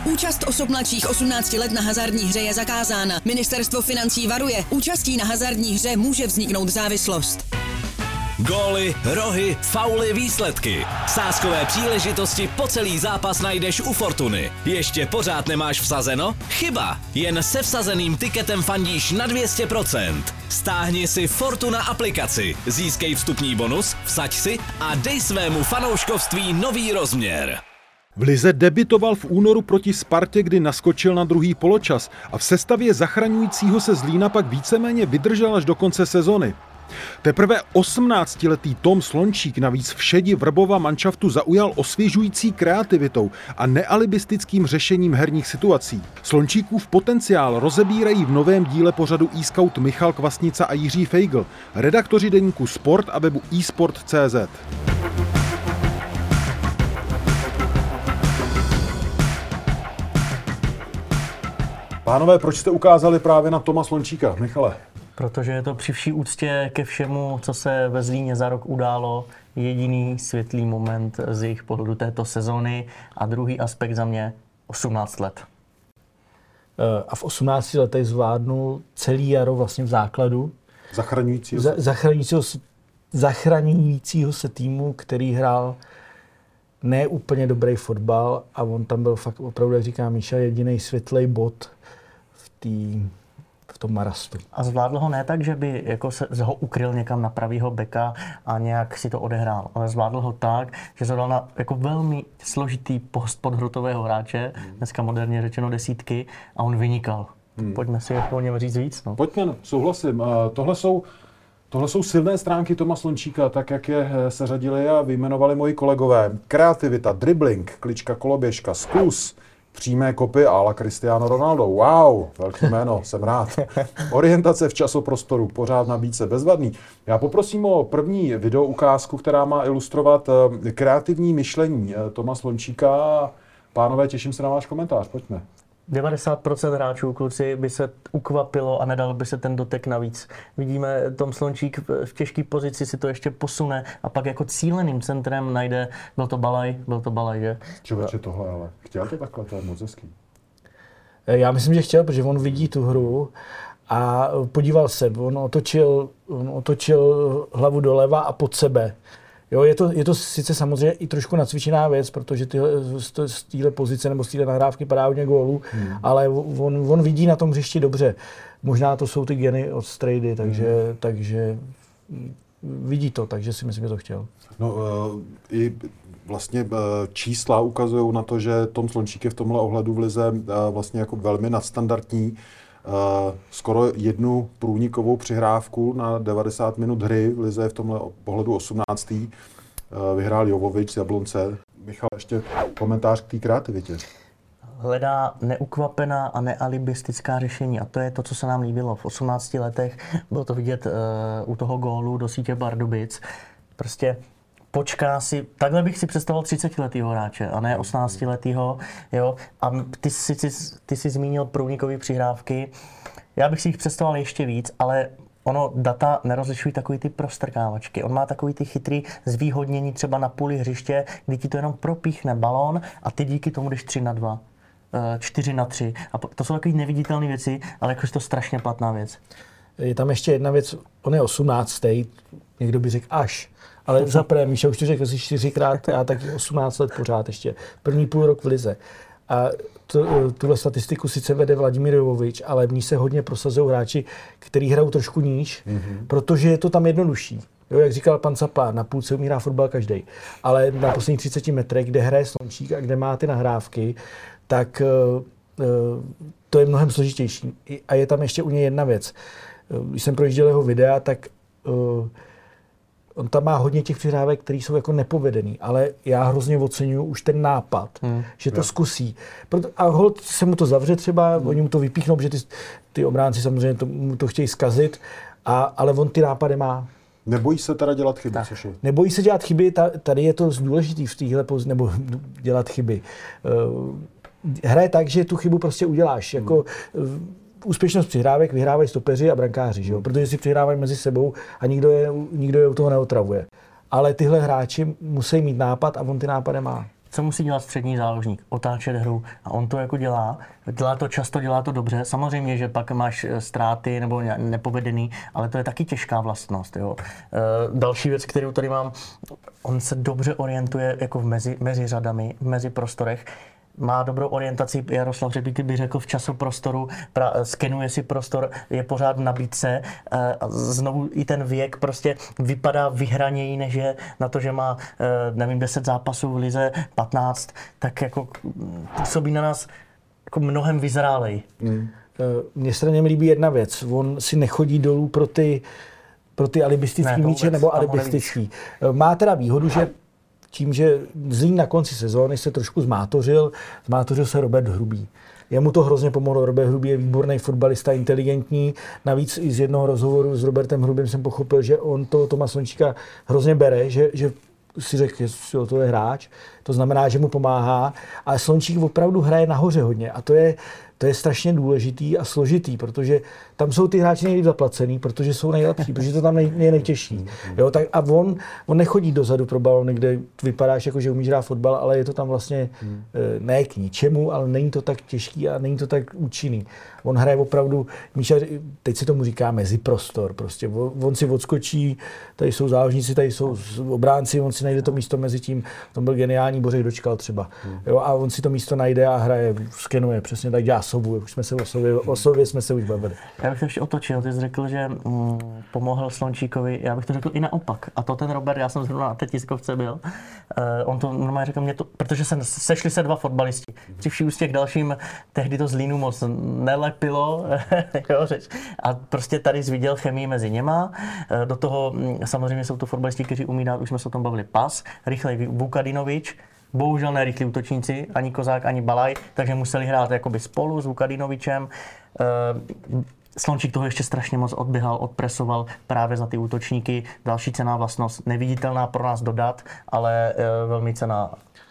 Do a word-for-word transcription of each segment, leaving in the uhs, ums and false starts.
Účast osob mladších osmnácti let na hazardní hře je zakázána. Ministerstvo financí varuje, účastí na hazardní hře může vzniknout závislost. Góly, rohy, fauly, výsledky. Sázkové příležitosti po celý zápas najdeš u Fortuny. Ještě pořád nemáš vsazeno? Chyba! Jen se vsazeným tiketem fandíš na dvě stě procent. Stáhni si Fortuna aplikaci, získej vstupní bonus, vsaď si a dej svému fanouškovství nový rozměr. V lize debitoval v únoru proti Spartě, kdy naskočil na druhý poločas a v sestavě zachraňujícího se Zlína pak víceméně vydržel až do konce sezony. Teprve osmnáctiletý Tom Slončík navíc v šedi Vrbova manšaftu zaujal osvěžující kreativitou a nealibistickým řešením herních situací. Slončíkův potenciál rozebírají v novém díle pořadu eScout Michal Kvasnica a Jiří Feigl, redaktoři deníku Sport a webu e sport tečka cé zet. Pánové, proč jste ukázali právě na Toma Slončíka, Michale? Protože je to při vší úctě ke všemu, co se ve Zlíně za rok událo, jediný světlý moment z jejich pohledu této sezony a druhý aspekt za mě osmnáct let. A v osmnácti letech zvládnul celý jaro vlastně v základu. Zachraňujícího se. Zachraňujícího, zachraňujícího se týmu, který hrál ne úplně dobrý fotbal a on tam byl fakt opravdu, jak říká Míša, jediný světlej bod v té v tom marastu. A zvládl ho ne tak, že by jako se ho ukryl někam na pravýho beka a nějak si to odehrál, ale zvládl ho tak, že zadal na jako velmi složitý post podhrutového hráče, hmm. dneska moderně řečeno desítky, a on vynikal. Hmm. Pojďme si o něm říct víc. No. Pojďme, no, souhlasím. Tohle jsou, tohle jsou silné stránky Toma Slončíka, tak jak je seřadili a vyjmenovali moji kolegové. Kreativita, dribbling, klička, koloběžka, zkus, přímé kopy a la Cristiano Ronaldo. Wow, velký jméno, jsem rád. Orientace v časoprostoru, pořád v nabídce, bezvadný. Já poprosím o první video ukázku, která má ilustrovat kreativní myšlení Toma Slončíka. Pánové, těším se na váš komentář, pojďme. devadesát procent hráčů, kluci, by se ukvapilo a nedal by se ten dotek navíc. Vidíme, Tom Slončík v těžké pozici si to ještě posune a pak jako cíleným centrem najde, byl to Balaj, byl to Balaj, že? Člověče tohle, ale chtěl to takhle, to je moc hezký. Já myslím, že chtěl, protože on vidí tu hru a podíval se, on otočil, on otočil hlavu doleva a pod sebe. Jo, je to, je to sice samozřejmě i trošku nacvičená věc, protože tyhle, z téhle pozice nebo z téhle nahrávky padá hodně gólů, hmm. ale on, on vidí na tom hřišti dobře. Možná to jsou ty geny od Strejdy, takže, hmm. takže vidí to, takže si myslím, že to chtěl. No, uh, i vlastně uh, čísla ukazují na to, že Tom Slončík je v tomhle ohledu v lize uh, vlastně jako velmi nadstandardní. Uh, skoro jednu průnikovou přihrávku na devadesát minut hry v lize v tomhle pohledu osmnáctý Uh, vyhrál Jovovič z Jablonce. Michal, ještě komentář k té kreativitě. Hledá neukvapená a nealibistická řešení a to je to, co se nám líbilo. V osmnácti letech bylo to vidět uh, u toho gólu do sítě Pardubic. Prostě počká si, takhle bych si představoval třicetiletýho hráče a ne osmnáctiletýho, jo. A ty jsi, ty, ty jsi zmínil průnikové přihrávky. Já bych si jich představoval ještě víc, ale ono, data nerozlišují takový ty prostrkávačky. On má takový ty chytrý zvýhodnění třeba na půli hřiště, kdy ti to jenom propíchne balón a ty díky tomu jdeš tři na dva, čtyři na tři. A to jsou takové neviditelné věci, ale jakož to strašně platná věc. Je tam ještě jedna věc, on je osmnáctý, někdo by řekl až. Ale za prvé, Míša už to řekl asi čtyřikrát, já taky osmnáct let pořád ještě. První půl rok v lize. A to, tuhle statistiku sice vede Vladimír Jovovič, ale v ní se hodně prosazují hráči, kteří hrajou trošku níž, mm-hmm. protože je to tam jednodušší. Jo, jak říkal pan Capa, na půlce umí hrát fotbal každej. Ale na posledních třiceti metrech, kde hraje Slončík a kde má ty nahrávky, tak uh, to je mnohem složitější. A je tam ještě u něj jedna věc. Když jsem projížděl jeho videa, tak uh, on tam má hodně těch přihrávek, které jsou jako nepovedený, ale já hrozně oceňuju už ten nápad, hmm. že to jo. zkusí. Proto, a holt se mu to zavře třeba, hmm. oni mu to vypíchnou, protože ty, ty obránci samozřejmě to, mu to chtějí zkazit, a, ale on ty nápady má. Nebojí se teda dělat chyby, což je? Nebojí se dělat chyby, ta, tady je to důležitý v téhle pozici, nebo dělat chyby. Uh, hraje tak, že tu chybu prostě uděláš. Hmm. Jako, uh, úspěšnost přihrávek vyhrávají stopeři a brankáři, že jo? Protože si přihrávají mezi sebou a nikdo je, nikdo je u toho neotravuje. Ale tyhle hráči musí mít nápad a on ty nápady má. co musí dělat střední záložník? Otáčet hru. A on to jako dělá. Dělá to často, dělá to dobře. Samozřejmě, že pak máš ztráty nebo nepovedený, ale to je taky těžká vlastnost. Jo. E, další věc, kterou tady mám, on se dobře orientuje jako v mezi, mezi řadami, v mezi prostorech. Má dobrou orientaci, Jaroslav Řebík by řekl v časoprostoru, pra, skenuje si prostor, je pořád v nabídce. A znovu i ten věk prostě vypadá vyhraněji, než je na to, že má, nevím, deset zápasů v lize, patnáct, tak jako působí na nás jako mnohem vyzrálej. Hmm. Mně se na něm líbí jedna věc, on si nechodí dolů pro ty, pro ty alibistický ne, míče nebo alibistický. Má teda výhodu, že tím, že Zlín na konci sezóny se trošku zmátořil, zmátořil se Robert Hrubý. Jemu to hrozně pomohlo. Robert Hrubý je výborný fotbalista, inteligentní. Navíc i z jednoho rozhovoru s Robertem Hrubým jsem pochopil, že on to Toma Slončíka hrozně bere, že, že si řekl, že to je hráč. To znamená, že mu pomáhá. Ale Slončík opravdu hraje nahoře hodně. A to je, to je strašně důležitý a složitý, protože tam jsou ty hráči nejvíc zaplacený, protože jsou nejlepší, protože to tam nej, je nejtěžší. Jo, tak a on, on nechodí dozadu pro balony, kde vypadáš jako, že umíš hrát fotbal, ale je to tam vlastně ne k ničemu, ale není to tak těžký a není to tak účinný. On hraje opravdu, Míša, teď se tomu říká meziprostor, prostě. On si odskočí, tady jsou záložníci, tady jsou obránci, on si najde to místo mezi tím, to byl geniální Bořek Dočkal třeba. Jo, a on si to místo najde a hraje, skenuje, přesně tak dělá sobu, už jsme se o sobě, o sobě jsme se už bavili. Já bych to ještě otočil, ty jsi řekl, že mm, pomohl Slončíkovi, já bych to řekl i naopak. A to ten Robert, já jsem zrovna na té tiskovce byl, uh, on to normálně řekl mě to, protože se sešli se dva fotbalisti. Při vší úctě k dalším, tehdy to Zlínu moc nelepilo, jo, řeč. A prostě tady jsi viděl chemii mezi něma. Uh, do toho mm, samozřejmě jsou to fotbalisti, kteří umí dát, už jsme se o tom bavili, pas, rychlej Vukadinovič. Bohužel ne rychlí útočníci, ani Kozák, ani Balaj, takže museli hrát jakoby spolu s Vukadinovičem. Uh, Slončík toho ještě strašně moc odběhal, odpresoval právě za ty útočníky. Další cenná vlastnost, neviditelná pro nás dodat, ale e, velmi cenná.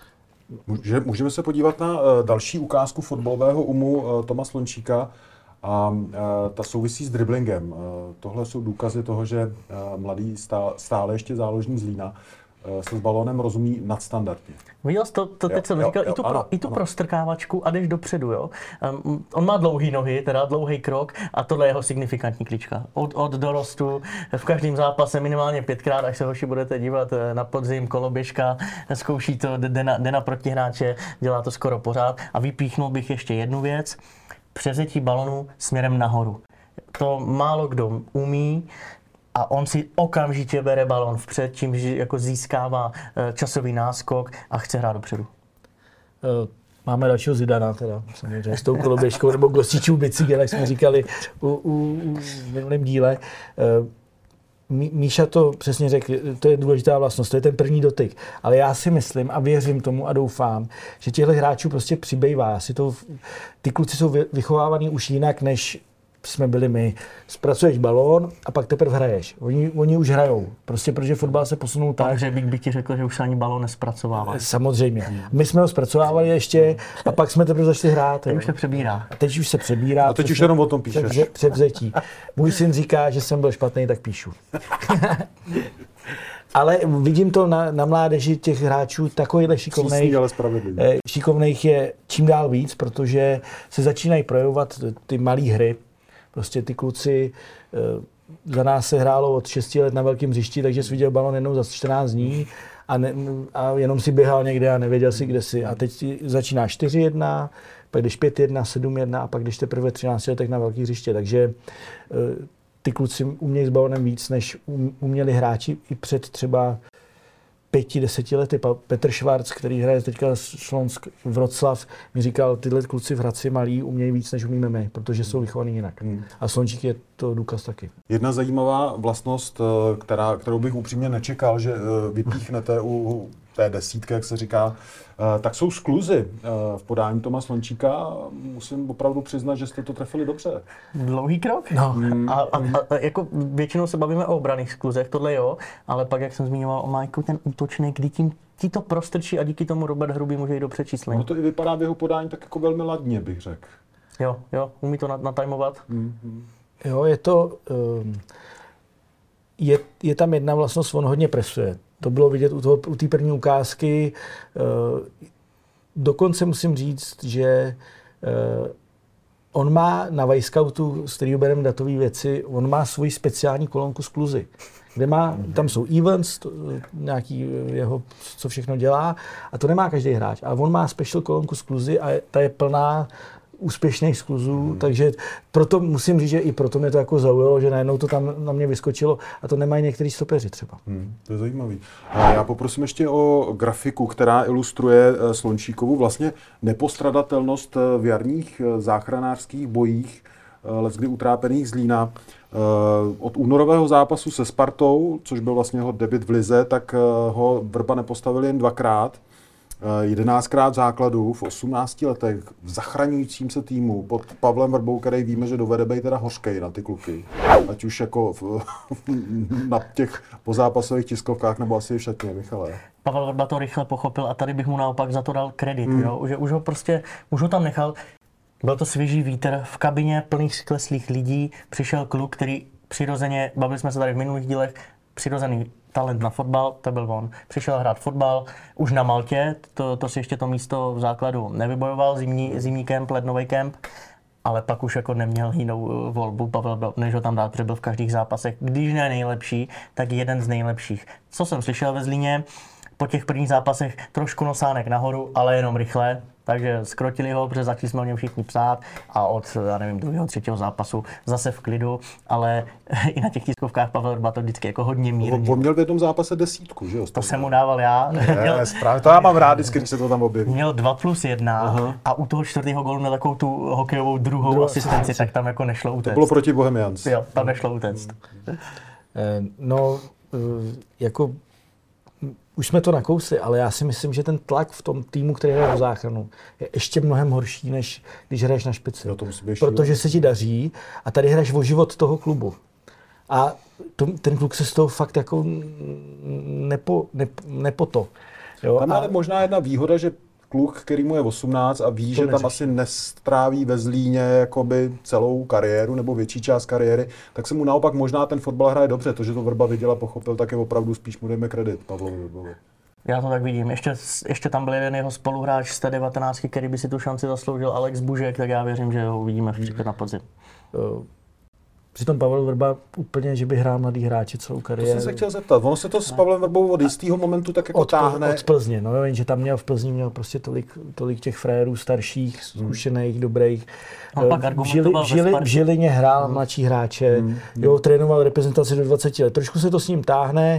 Může, můžeme se podívat na e, další ukázku fotbalového umu e, Toma Slončíka a e, ta souvisí s driblingem. E, tohle jsou důkazy toho, že e, mladý stá, stále ještě záložník Zlína se s balónem rozumí nadstandardně. Viděl jsi to, to teď jo, jsem jo, říkal, jo, i tu, ano, pro, i tu prostrkávačku a jdeš dopředu, jo. Um, on má dlouhý nohy, teda dlouhý krok a tohle je jeho signifikantní klička. Od, od dorostu, v každém zápase minimálně pětkrát, až se hoši budete dívat na podzim, koloběžka, zkouší to, jde na, jde na protihráče, dělá to skoro pořád. A vypíchnul bych ještě jednu věc, převzetí balonu směrem nahoru. To málo kdo umí, a on si okamžitě bere balón vpřed, čímž jako získává časový náskok a chce hrát dopředu. Máme dalšího Zidana, teda, samozřejmě, s tou koloběžkou, nebo Gostičův bicykl, jak jsme říkali u, u, u v minulém díle. Míša to přesně řekl, to je důležitá vlastnost, to je ten první dotyk. Ale já si myslím a věřím tomu a doufám, že těchto hráčů prostě přibývá. Si to, ty kluci jsou vychovávaný už jinak, než jsme byli my. Zpracuješ balón a pak teprve hraješ. Oni, oni už hrajou. Prostě protože fotbal se posunul tak. Takže bych, bych ti řekl, že už se ani balón nespracovává. Samozřejmě. My jsme ho zpracovávali ještě a pak jsme teprve začali hrát. Teď už se přebírá. A teď už se přebírá. A teď už jenom o tom píšeš. Převze, převzetí. Můj syn říká, že jsem byl špatný, tak píšu. Ale vidím to na, na mládeži těch hráčů takovýhle šikovných, šikovných je čím dál víc, protože se začínají projevovat ty malé hry. Prostě ty kluci, za nás se hrálo od šesti let na velkém hřišti, takže jsi viděl balon jednou za čtrnáct dní a, ne, a jenom si běhal někde a nevěděl si, kde si. A teď začíná čtyři jedna, pak jdeš pět jedna, sedm jedna a pak jdeš teprve třinácti letech na velký hřiště. Takže ty kluci umějí s balonem víc, než uměli hráči i před třeba pěti, deseti lety. Petr Švarc, který hraje teďka Slonsk Vroclav, mi říkal, tyhle kluci v Hradci malí umějí víc, než umíme my, protože jsou vychovaný jinak. Hmm. A Slončík je to důkaz taky. Jedna zajímavá vlastnost, která, kterou bych upřímně nečekal, že vypíchnete u té desítky, jak se říká, tak jsou skluzy v podání Toma Slončíka. Musím opravdu přiznat, že jste to trefili dobře. Dlouhý krok. No. Hmm. A, a, a jako většinou se bavíme o obranných skluzech, tohle jo, ale pak, jak jsem zmiňoval, on má jako ten útočný, kdy tím ti to prostrčí a díky tomu Robert Hrubý může jít do přečíslení. No to i vypadá v jeho podání tak jako velmi ladně, bych řekl. Jo, jo, umí to natajmovat. Mm-hmm. Jo, je to, um, je, je tam jedna vlastnost, on hodně presuje. To bylo vidět u té u první ukázky. dokonce musím říct, že uh, on má na Vyscoutu, z kterého bereme datové věci, on má svoji speciální kolonku z kluzy, kde má, tam jsou events, to, nějaký jeho, co všechno dělá, a to nemá každý hráč. A on má special kolonku z kluzy a ta je plná úspěšných skluzů, hmm. takže proto musím říct, že i proto mě to jako zaujalo, že najednou to tam na mě vyskočilo a to nemají některý stopeři třeba. Hmm, to je zajímavý. A já poprosím ještě o grafiku, která ilustruje Slončíkovu vlastně nepostradatelnost v jarních záchranářských bojích, leckdy utrápených Zlína. Od únorového zápasu se Spartou, což byl vlastně jeho debut v lize, tak ho Vrba nepostavil jen dvakrát. jedenáctkrát v základu v osmnácti letech v zachraňujícím se týmu pod Pavlem Vrbou, který víme, že dovede být teda hořkej na ty kluky. Ať už jako v, na těch pozápasových tiskovkách nebo asi v šatně, Michale. Pavel Vrba to rychle pochopil a tady bych mu naopak za to dal kredit, hmm. jo? Že už ho prostě, už ho tam nechal. Byl to svěží vítr v kabině plných skleslých lidí, přišel kluk, který přirozeně, bavili jsme se tady v minulých dílech, přirozený talent na fotbal, to byl on. Přišel hrát fotbal už na Maltě, to, to si ještě to místo v základu nevybojoval, zimní, zimní kemp, lednový kemp, ale pak už jako neměl jinou volbu Pavel, než ho tam dát, protože byl v každých zápasech, když ne nejlepší, tak jeden z nejlepších. Co jsem slyšel ve Zlíně, po těch prvních zápasech trošku nosánek nahoru, ale jenom rychle. Takže skrotili ho, protože začali jsme o něm všichni psát a od, já nevím, druhého, třetího zápasu zase v klidu, ale i na těch tiskovkách Pavel Vrba to vždycky jako hodně mírně. On měl v jednom zápase desítku, že jo? To jsem mu dával já. Je, měl, správně, to já mám rád, vždycky, když se to tam objeví. Měl dva plus jedna Aha. a u toho čtvrtého gólu měl takovou tu hokejovou druhou Druhá asistenci, tak tam jako nešlo utéct. To bylo proti Bohemians. Jo, tam nešlo utéct. No, jako už jsme to nakousli, ale já si myslím, že ten tlak v tom týmu, který hraje o záchranu, je ještě mnohem horší, než když hraješ na špici. Jo, to musí být protože se ti daří a tady hraješ o život toho klubu. A to, ten kluk se z toho fakt jako nepo, ne, nepo to. Jo, tam a... ale možná jedna výhoda, že kluk, který mu je osmnáct a ví, to že neřeší. Tam asi nestráví ve Zlíně jakoby celou kariéru nebo větší část kariéry, tak se mu naopak možná ten fotbal hraje dobře. To, že to Vrba viděl a pochopil, tak je opravdu spíš mu dejme kredit Pavlovi Vrbovi. Já to tak vidím. Ještě, ještě tam byl jeden jeho spoluhráč z té devatenáctky, který by si tu šanci zasloužil, Alex Bužek, tak já věřím, že ho uvidíme v na podzim. Uh. Přitom Pavel Vrba úplně, že by hrál mladý hráči celou kariéru. To jsem se chtěl zeptat. Ono se to s Pavlem Vrbou od jistého momentu tak jako od, táhne. Od Plzně, no jenže tam měl v Plzni měl prostě tolik, tolik těch frérů starších, zkušených, hmm. dobrých. V, Žili, v, Žili, v Žilině hrál hmm. mladší hráče, hmm. jo, trénoval reprezentaci do dvaceti let. Trošku se to s ním táhne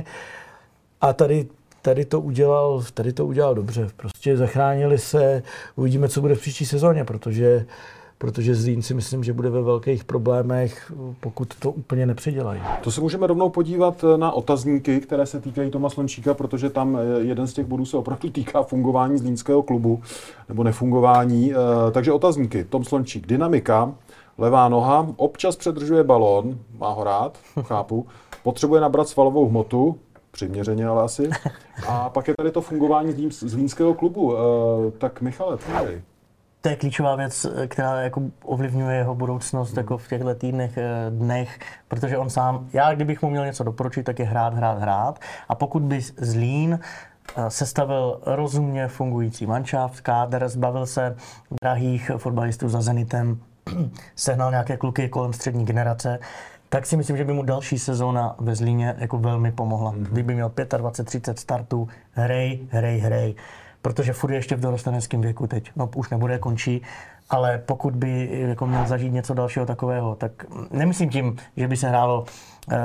a tady Tady to, udělal, tady to udělal dobře. Prostě zachránili se, uvidíme, co bude v příští sezóně, protože protože Zlín si myslím, že bude ve velkých problémech, pokud to úplně nepředělají. To se můžeme rovnou podívat na otazníky, které se týkají Toma Slončíka, protože tam jeden z těch bodů se opravdu týká fungování zlínského klubu, nebo nefungování. Takže otazníky. Tom Slončík, dynamika, levá noha, občas předržuje balón, má ho rád, chápu, potřebuje nabrat svalovou hmotu, přiměřeně ale asi, a pak je tady to fungování zlínského klubu. Tak Michale, tvůj. To je klíčová věc, která jako ovlivňuje jeho budoucnost mm. jako v těchto týdnech, dnech, protože on sám, já kdybych mu měl něco doporučit, tak je hrát, hrát, hrát. A pokud by Zlín sestavil rozumně fungující manšaft, kádr, zbavil se drahých fotbalistů za Zenitem, sehnal nějaké kluky kolem střední generace, tak si myslím, že by mu další sezóna ve Zlíně jako velmi pomohla. Mm. Kdyby měl dvacet pět třicet startů, hrej, hrej, hrej. Protože furt je ještě v dorosteneckém věku teď, no už nebude, končí, ale pokud by jako měl zažít něco dalšího takového, tak nemyslím tím, že by se hrálo e,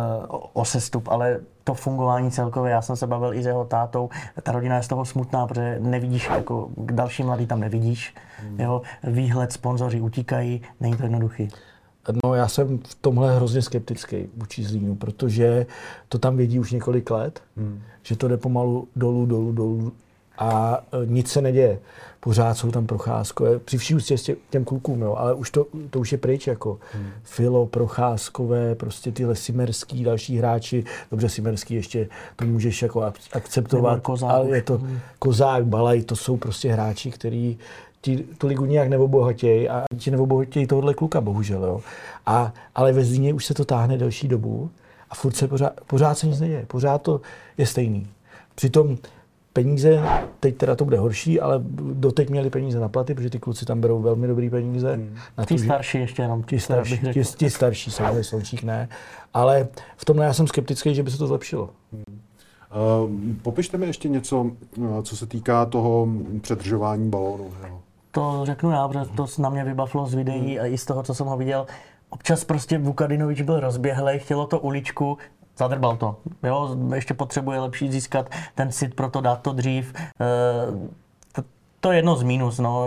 o sestup, ale to fungování celkově, já jsem se bavil i s jeho tátou, ta rodina je z toho smutná, protože nevidíš, jako další mladý tam nevidíš, hmm. jeho výhled, sponzoři utíkají, není to jednoduchý. No já jsem v tomhle hrozně skeptický vůči Zlínu, protože to tam vědí už několik let, hmm. že to jde pomalu dolů, dolů, dolů. A nic se neděje. Pořád jsou tam Procházkové, při vší úctě těm klukům, jo, ale už to, to už je pryč, jako hmm. Filo, Procházkové, prostě tyhle Simerský, další hráči, dobře Simerský ještě to můžeš jako akceptovat, ale je to hmm. Kozák, Balaj, to jsou prostě hráči, který ti tu ligu nijak neobohatějí a ti neobohatějí tohohle kluka, bohužel, jo. A, ale ve Zlíně už se to táhne delší dobu a furt se pořád, pořád se nic neděje, pořád to je stejný. Přitom peníze, teď teda to bude horší, ale doteď měli peníze na platy, protože ty kluci tam berou velmi dobrý peníze. Hmm. Na ty starší ještě jenom. Ti starší, ti, ti starší samozřejmě, Slončík ne. Ale v tomhle já jsem skeptický, že by se to zlepšilo. Hmm. Uh, popište mi ještě něco, co se týká toho předržování balónu. Jo. To řeknu já, protože to na mě vybavilo z videí hmm. a i z toho, co jsem ho viděl. Občas prostě Vukadinovič byl rozběhlej, chtělo to uličku, zadrbal to. Jo? Ještě potřebuje lepší získat ten sit, proto dát to dřív. E, to, to je jedno z mínus. No.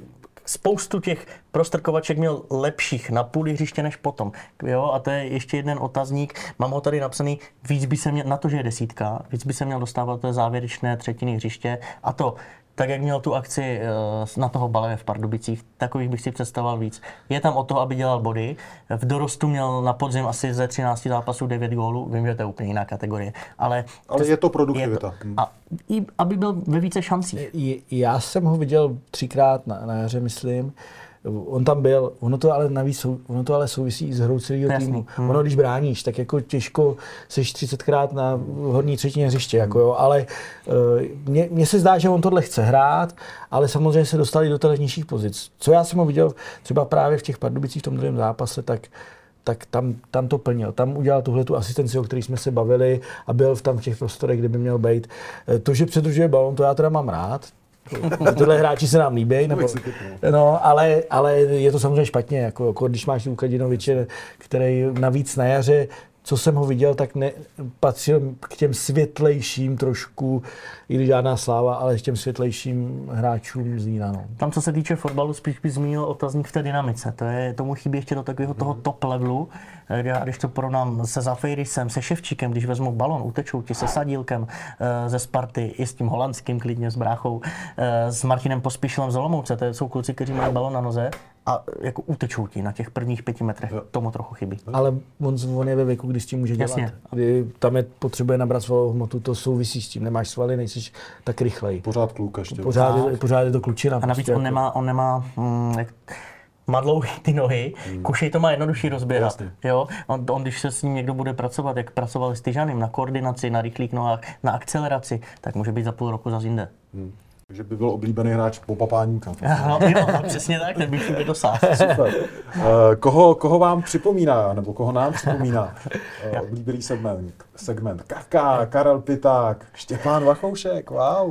Spoustu těch prostrkovaček měl lepších na půli hřiště než potom. Jo? A to je ještě jeden otazník. Mám ho tady napsaný, víc by se měl, na to, že je desítka, víc by se měl dostávat do závěrečné třetiny hřiště. A to tak, jak měl tu akci na toho Baleje v Pardubicích, takových bych si představoval víc. Je tam o toho, aby dělal body. V dorostu měl na podzim asi ze třinácti zápasů devět gólů. Vím, že to je úplně jiná kategorie. Ale, ale je to produktivita. Je to, a i aby byl ve více šancích. Já jsem ho viděl třikrát na, na jaře, myslím. On tam byl, ono to ale navíc, ono to ale souvisí s hrou celého týmu. Hmm. Ono, když bráníš, tak jako těžko seš třicetkrát na horní třetině hřiště, hmm. jako jo, ale mně, mně se zdá, že on tohle chce hrát, ale samozřejmě se dostali do těch nižších pozic. Co já jsem ho viděl třeba právě v těch Pardubicích v tom druhém zápase, tak tak tam, tam to plnil. Tam udělal tuhle tu asistenci, o které jsme se bavili a byl tam v těch prostorech, kde by měl být. To, že předržuje balón, to já teda mám rád. Tyhle hráči se nám líbí, nebo, no, ale, ale je to samozřejmě špatně, jako, jako když máš Vukadinoviče, který navíc na jaře, co jsem ho viděl, tak ne, patřil k těm světlejším trošku, i když žádná sláva, ale k těm světlejším hráčům z Lína. No. Tam, co se týče fotbalu, spíš bych zmínil otazník v té dynamice. To je, tomu chybí ještě do takového toho top levelu. Já, když to porovnám se Zafejrisem, se Ševčíkem, když vezmu balon, utečou ti se Sadílkem ze Sparty, i s tím holandským klidně, s bráchou, s Martinem Pospíšilem z Olomouce, to jsou kluci, kteří mají balon na noze a jako utečou ti na těch prvních pěti metrech. Tomu trochu chybí. Ale on, on je ve věku, kdy s tím může dělat. Jasně. Kdy tam je, potřebuje nabrat svalovou hmotu, to souvisí s tím. Nemáš svaly, nejsi tak rychlej. Pořád kluk ještě. Pořád, je, pořád je to klučina. A navíc prostě on nemá, on nemá hm, jak, má dlouhý ty nohy, hmm. Kušej to má jednodušší rozběrat. Jo? On, on, když se s ním někdo bude pracovat, jak pracoval s Tyžanem, na koordinaci, na rychlých nohách, na akceleraci, tak může být za půl roku zas jinde. Hmm. Takže by byl oblíbený hráč Popa Páníka. No, jo, přesně tak, ten by všude dosáhl. Super. Uh, koho, koho vám připomíná, nebo koho nám připomíná uh, oblíbený segment? Segment Kaká, Karel Piták, Štěpán Vachoušek, wow. Uh,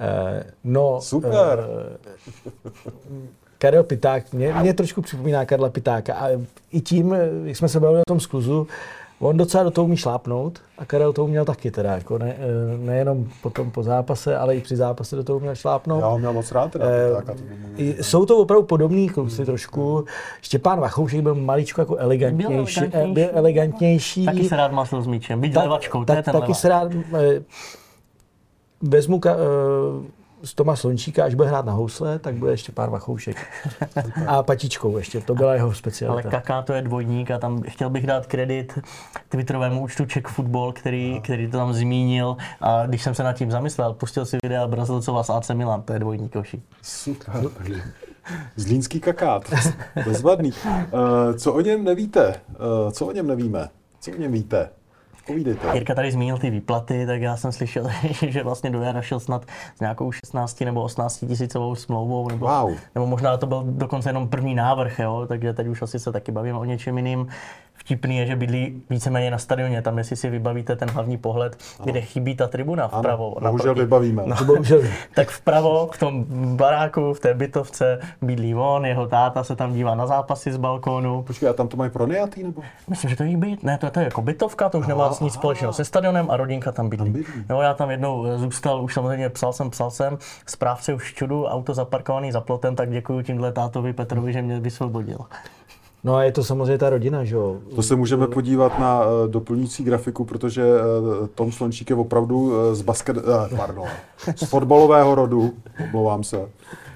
no, super. Uh, Karel Piták, mě, mě trošku připomíná Karla Pitáka a i tím, jak jsme se bavili o tom skluzu, on docela do toho umí šlápnout a Karel to uměl taky teda, jako ne, nejenom potom po zápase, ale i při zápase do toho uměl šlápnout. Já ho měl moc rád teda. E, Pitáka, to jsou to opravdu podobný kluci hmm. trošku. Štěpán Vachoušek byl maličko jako elegantnější. Byl elegantnější. Byl elegantnější. Taky se rád masl s míčem, byť levačkou, to je ten Taky levák. se rád e, vezmu ka, e, z Toma Slončíka, až bude hrát na housle, tak bude ještě pár Vachoušek. A patičkou ještě, to byla jeho specialita. Ale Kaká to je dvojník a tam chtěl bych dát kredit twitterovému účtu Czech Football, který, který to tam zmínil a když jsem se nad tím zamyslel, pustil si videa Brazilcova z A C Milan, to je dvojník koši. Super. Zlínský Kaká, bezvadný. Uh, co o něm nevíte? Uh, co o něm nevíme? Co o něm víte? Povídejte. Jirka tady zmínil ty výplaty, tak já jsem slyšel, že vlastně do jara šel snad s nějakou šestnácti nebo osmnácti tisícovou smlouvou, nebo, wow. nebo možná to byl dokonce jenom první návrh, jo? Takže teď už asi se taky bavíme o něčem jiným. Vtipný je, že bydlí víceméně na stadioně, tam jestli si vybavíte ten hlavní pohled, ano. Kde chybí ta tribuna vpravo. Ano, bohužel vybavíme. No, tak vpravo, v tom baráku, v té bytovce bydlí on, jeho táta se tam dívá na zápasy z balkónu. Počkej, a tam to mají pronajatý, nebo? Myslím, že to jí být. Ne, to je, to je jako bytovka, to už nemá nic společného se stadionem a rodinka tam bydlí. Tam bydlí. Jo, já tam jednou zůstal, už samozřejmě psal jsem, psal jsem, správce už čudu, auto zaparkovaný za plotem, tak děkuji tímhle tátovi Petrovi, že mě vysvobodil. No a je to samozřejmě ta rodina, že jo? To se můžeme podívat na uh, doplňující grafiku, protože uh, Tom Slončík je opravdu uh, z basket, uh, pardon, z fotbalového rodu, omlouvám se. Uh,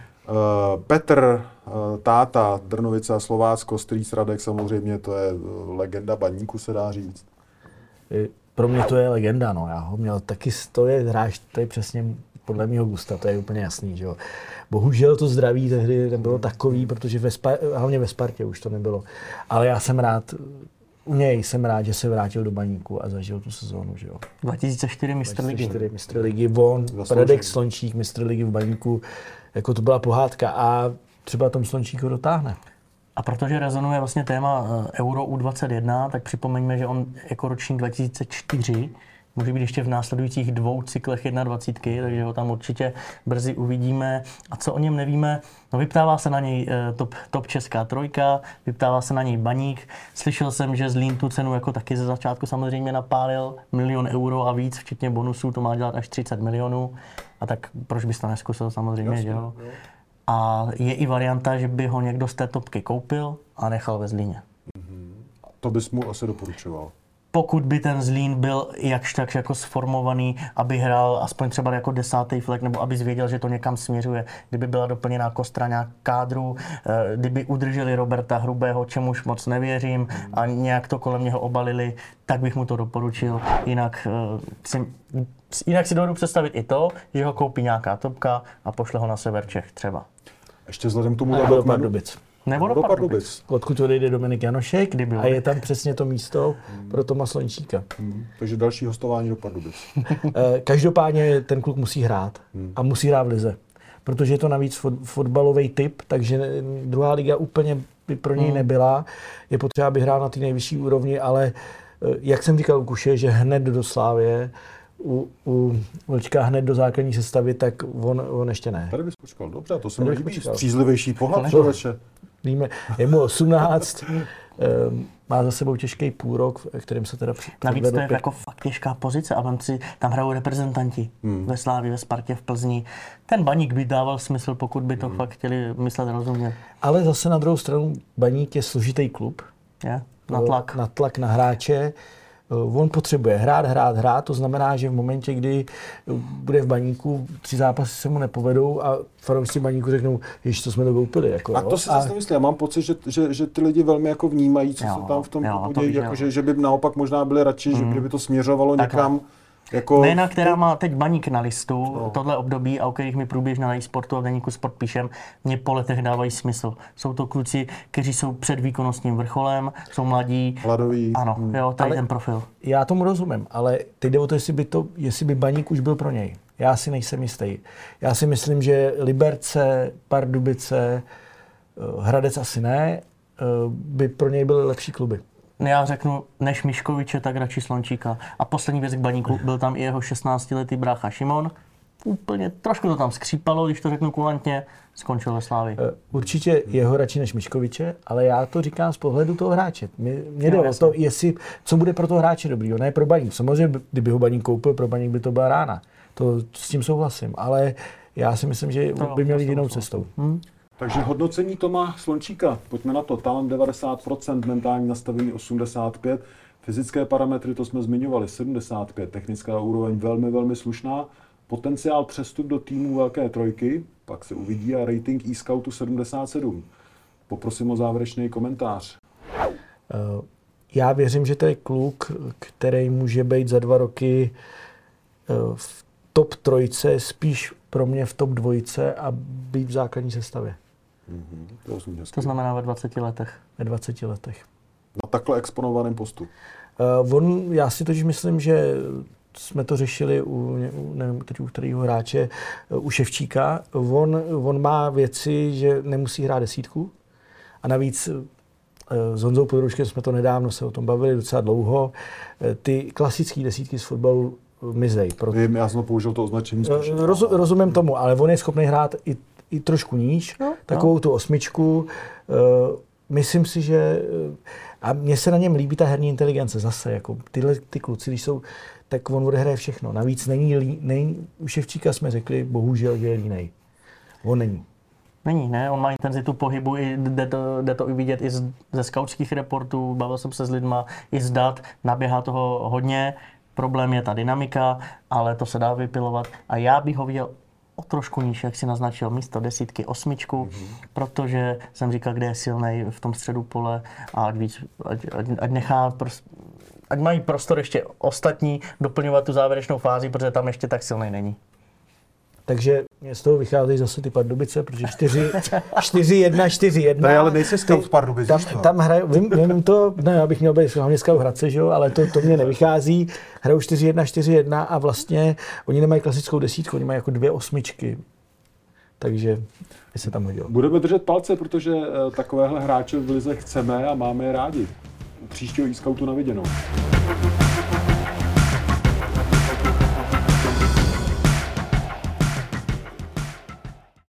Petr, uh, táta, Drnovice a Slovácko, strýc Radek, samozřejmě to je uh, legenda baníku, se dá říct. Pro mě to je legenda, no. Já ho měl taky, to je hráč, to je přesně podle mého gusta, to je úplně jasný, že jo. Bohužel to zdraví tehdy nebylo takový, protože ve Spa- hlavně ve Spartě už to nebylo. Ale já jsem rád, u něj jsem rád, že se vrátil do Baníku a zažil tu sezónu, že jo. dva tisíce čtyři mistr ligy. dva tisíce čtyři mistr ligy, on, Radek Slončík, mistr ligy v Baníku, jako to byla pohádka a třeba Tom Slončík ho dotáhne. A protože rezonuje vlastně téma Euro U dvacet jedna, tak připomeňme, že on jako ročník dva tisíce čtyři může být ještě v následujících dvou cyklech jednadvacítky, takže ho tam určitě brzy uvidíme. A co o něm nevíme, no vyptává se na něj top, top česká trojka, vyptává se na něj Baník. Slyšel jsem, že Zlín tu cenu jako taky ze začátku samozřejmě napálil, milion euro a víc, včetně bonusů, to má dělat až třicet milionů. A tak proč bys to neskusil samozřejmě, Jasně, že jo? jo? A je i varianta, že by ho někdo z té topky koupil a nechal ve Zlíně. Mm-hmm. To bys mu asi doporučoval. Pokud by ten Zlín byl jakž tak jako sformovaný, aby hrál aspoň třeba jako desátý flek, nebo aby zvěděl, že to někam směřuje, kdyby byla doplněná kostra nějak kádru, kdyby udrželi Roberta Hrubého, čemuž moc nevěřím, a nějak to kolem něho obalili, tak bych mu to doporučil. Jinak si, jinak si dovedu představit i to, že ho koupí nějaká topka a pošle ho na sever Čech třeba. Ještě vzhledem k tomu do Pardubic. Nebo do Pardubic. Odkud odejde Dominik Janošek Kdyby a je tam přesně to místo hmm. pro Toma Slončíka. Hmm. Takže další hostování do Pardubic. Každopádně ten kluk musí hrát hmm. a musí hrát v lize. Protože je to navíc fotbalový typ, takže druhá liga úplně by pro něj hmm. nebyla. Je potřeba, aby hrál na té nejvyšší úrovni, ale jak jsem říkal u Kuše, že hned do Slávie, u, u Vlčka hned do základní sestavy, tak on, on ještě ne. Tady bys počkal, dobře, to se mi líbí, střízlivější pohled, člověče. Víme, je mu osmnáct, má za sebou těžký půlrok, kterým se teda předvedl. Navíc to je jako fakt těžká pozice a vem si, tam hrajou reprezentanti hmm. ve Slávii, ve Spartě, v Plzni. Ten Baník by dával smysl, pokud by to hmm. fakt chtěli myslet rozumně. Ale zase na druhou stranu Baník je složitý klub. Je, na tlak. Na tlak na hráče. On potřebuje hrát, hrát, hrát, to znamená, že v momentě, kdy bude v Baníku, tři zápasy se mu nepovedou a fanoušci Baníku řeknou, jež to jsme to koupili. Jako, a to si zase nemyslím, já mám pocit, že, že, že ty lidi velmi jako vnímají, co jo, se tam v tom jo, dějí, jako, že, že by naopak možná byli radši, mm. že kdyby to směřovalo tak někam. Jako... Jména, která má teď Baník na listu, no. tohle období, a o kterých mi průběžně na eSportu a v deníku Sport píšem, mě po letech dávají smysl. Jsou to kluci, kteří jsou před výkonnostním vrcholem, jsou mladí. Hladoví. Ano, hmm. jo, tady ale ten profil. Já tomu rozumím, ale teď jde o to, jestli by, to, jestli by Baník už byl pro něj. Já si nejsem jistý. Já si myslím, že Liberce, Pardubice, Hradec asi ne, by pro něj byly lepší kluby. Já řeknu, než Miškoviče, tak radši Slončíka. A poslední věc k Baníku, byl tam i jeho šestnáctiletý brácha Šimon. Úplně trošku to tam skřípalo, když to řeknu kulantně, skončil ve Slávii. Určitě jeho radši než Miškoviče, ale já to říkám z pohledu toho hráče. Mě, mě jde o to, jestli, co bude pro toho hráče dobrý, ne pro Baník. Samozřejmě, kdyby ho Baník koupil, pro Baník by to byla rána. To s tím souhlasím, ale já si myslím, že to by měl jít jinou cestou. Hmm? Takže hodnocení Toma Slončíka, pojďme na to. Talent devadesát procent, mentální nastavení osmdesát pět procent, fyzické parametry, to jsme zmiňovali, sedmdesát pět procent, technická úroveň velmi, velmi slušná, potenciál přestup do týmu velké trojky, pak se uvidí, a rating eScoutu sedmdesát sedm. Poprosím o závěrečný komentář. Já věřím, že to je kluk, který může být za dva roky v top trojce, spíš pro mě v top dvojce a být v základní sestavě. Mm-hmm, to, to znamená ve dvaceti letech. Ve dvaceti letech. Na takhle exponovaném postu. Uh, on, já si totiž myslím, že jsme to řešili u, nevím, teď u kterého hráče, u Ševčíka. On, on má věci, že nemusí hrát desítku. A navíc s Honzou Podrouškem jsme to nedávno se o tom bavili docela dlouho. Ty klasické desítky z fotbalu mizej. Proto... Vím, já jsem použil to označení. Roz, rozumím tomu, ale on je schopný hrát i, i trošku níž, no, takovou no. tu osmičku. Uh, myslím si, že... A mně se na něm líbí ta herní inteligence zase. Jako tyhle ty kluci, když jsou, tak on odehraje všechno. Navíc není, lí, není u Ševčíka jsme řekli, bohužel, že je línej. On není. Není, ne? On má intenzitu pohybu, i jde to, jde to i vidět i z, ze skautských reportů, bavil jsem se s lidma, i z dat, naběhá toho hodně. Problém je ta dynamika, ale to se dá vypilovat. A já bych ho viděl o trošku níž, jak si naznačil, místo desítky osmičku, mm-hmm. protože jsem říkal, kde je silnej v tom středu pole a ať, víc, ať, ať, ať nechá, ať mají prostor ještě ostatní doplňovat tu závěrečnou fázi, protože tam ještě tak silnej není. Takže Mě z toho vycházejí zase ty Pardubice, protože čtyři jedna, čtyři jedna. Ne, ale nejsi scout v Pardubic, tam, to? tam hraju, vím, vím to, ne, já bych měl být hlavně scout v Hradce, že jo, ale to, to mě nevychází. Hrajou čtyři jedna, čtyři jedna a vlastně oni nemají klasickou desítku, oni mají jako dvě osmičky. Takže by se tam hodilo. Budeme držet palce, protože takovéhle hráče v lize chceme a máme je rádi. Příštího e-scoutu na viděnou.